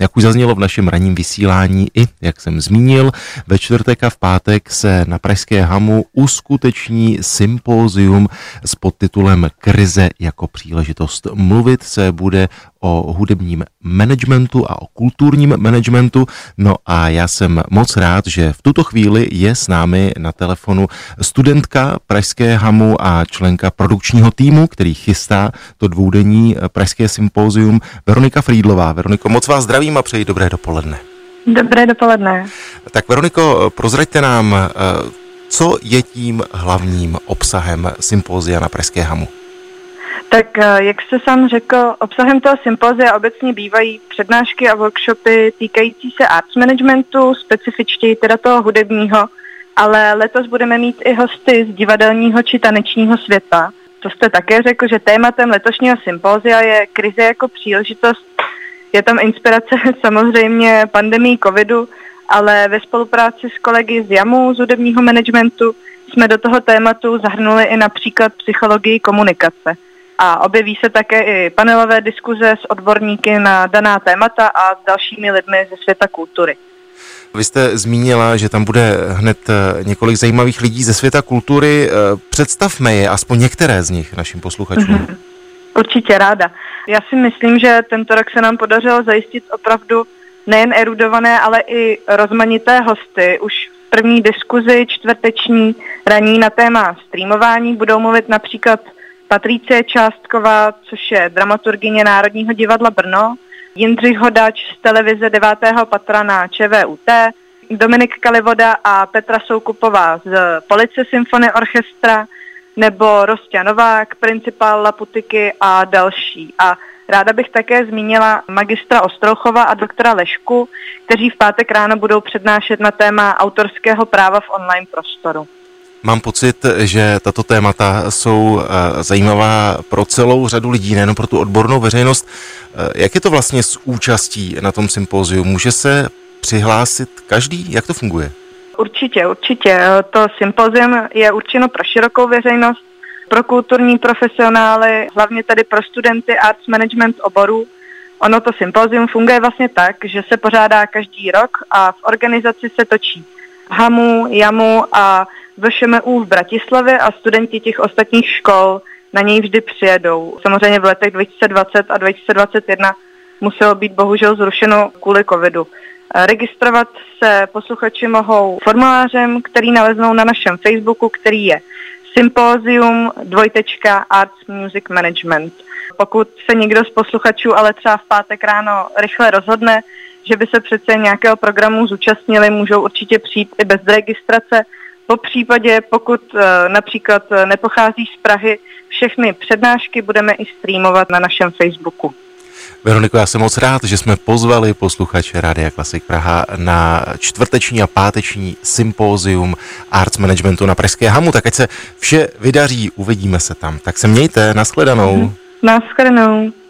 Jak už zaznělo v našem ranním vysílání i, jak jsem zmínil, ve čtvrtek a v pátek se na pražské Hamu uskuteční sympózium s podtitulem Krize jako příležitost. Mluvit se bude o hudebním managementu a o kulturním managementu. No a já jsem moc rád, že v tuto chvíli je s námi na telefonu studentka pražské Hamu a členka produkčního týmu, který chystá to dvoudenní pražské sympózium, Veronika Frýdlová. Veroniko, moc vás zdravím a přeji dobré dopoledne. Dobré dopoledne. Tak Veroniko, prozraďte nám, co je tím hlavním obsahem sympózia na pražské Hamu? Tak jak jste sám řekl, obsahem toho sympózia obecně bývají přednášky a workshopy týkající se arts managementu, specifičtěji teda toho hudebního, ale letos budeme mít i hosty z divadelního či tanečního světa. To jste také řekl, že tématem letošního sympózia je krize jako příležitost. Je tam inspirace samozřejmě pandemii covidu, ale ve spolupráci s kolegy z JAMu, z hudebního managementu, jsme do toho tématu zahrnuli i například psychologii komunikace. A objeví se také i panelové diskuze s odborníky na daná témata a s dalšími lidmi ze světa kultury. Vy jste zmínila, že tam bude hned několik zajímavých lidí ze světa kultury. Představme je, aspoň některé z nich, našim posluchačům. Určitě ráda. Já si myslím, že tento rok se nám podařilo zajistit opravdu nejen erudované, ale i rozmanité hosty. Už v první diskuzi čtvrteční ranní na téma streamování budou mluvit například Patricie Částková, což je dramaturgyně Národního divadla Brno, Jindřich Hodač z televize 9. patra na ČVUT, Dominik Kalivoda a Petra Soukupová z Police Symphony Orchestra, nebo Rostě Novák, principál Laputiky a další. A ráda bych také zmínila magistra Ostrouchova a doktora Lešku, kteří v pátek ráno budou přednášet na téma autorského práva v online prostoru. Mám pocit, že tato témata jsou zajímavá pro celou řadu lidí, nejen pro tu odbornou veřejnost. Jak je to vlastně s účastí na tom sympóziu? Může se přihlásit každý? Jak to funguje? Určitě. To sympózium je určeno pro širokou veřejnost, pro kulturní profesionály, hlavně tady pro studenty arts management oborů. Ono to sympózium funguje vlastně tak, že se pořádá každý rok a v organizaci se točí Hamu, JAMu a VŠMU v Bratislavě a studenti těch ostatních škol na něj vždy přijedou. Samozřejmě v letech 2020 a 2021 muselo být bohužel zrušeno kvůli covidu. Registrovat se posluchači mohou formulářem, který naleznou na našem Facebooku, který je Symposium_Arts Music Management. Pokud se někdo z posluchačů ale třeba v pátek ráno rychle rozhodne, že by se přece nějakého programu zúčastnili, můžou určitě přijít i bez registrace. Po případě, pokud například nepochází z Prahy, všechny přednášky budeme i streamovat na našem Facebooku. Veroniko, já jsem moc rád, že jsme pozvali posluchače Rádia Klasik Praha na čtvrteční a páteční sympózium arts managementu na pražské Hamu. Tak ať se vše vydaří, uvidíme se tam. Tak se mějte, nashledanou. Nashledanou.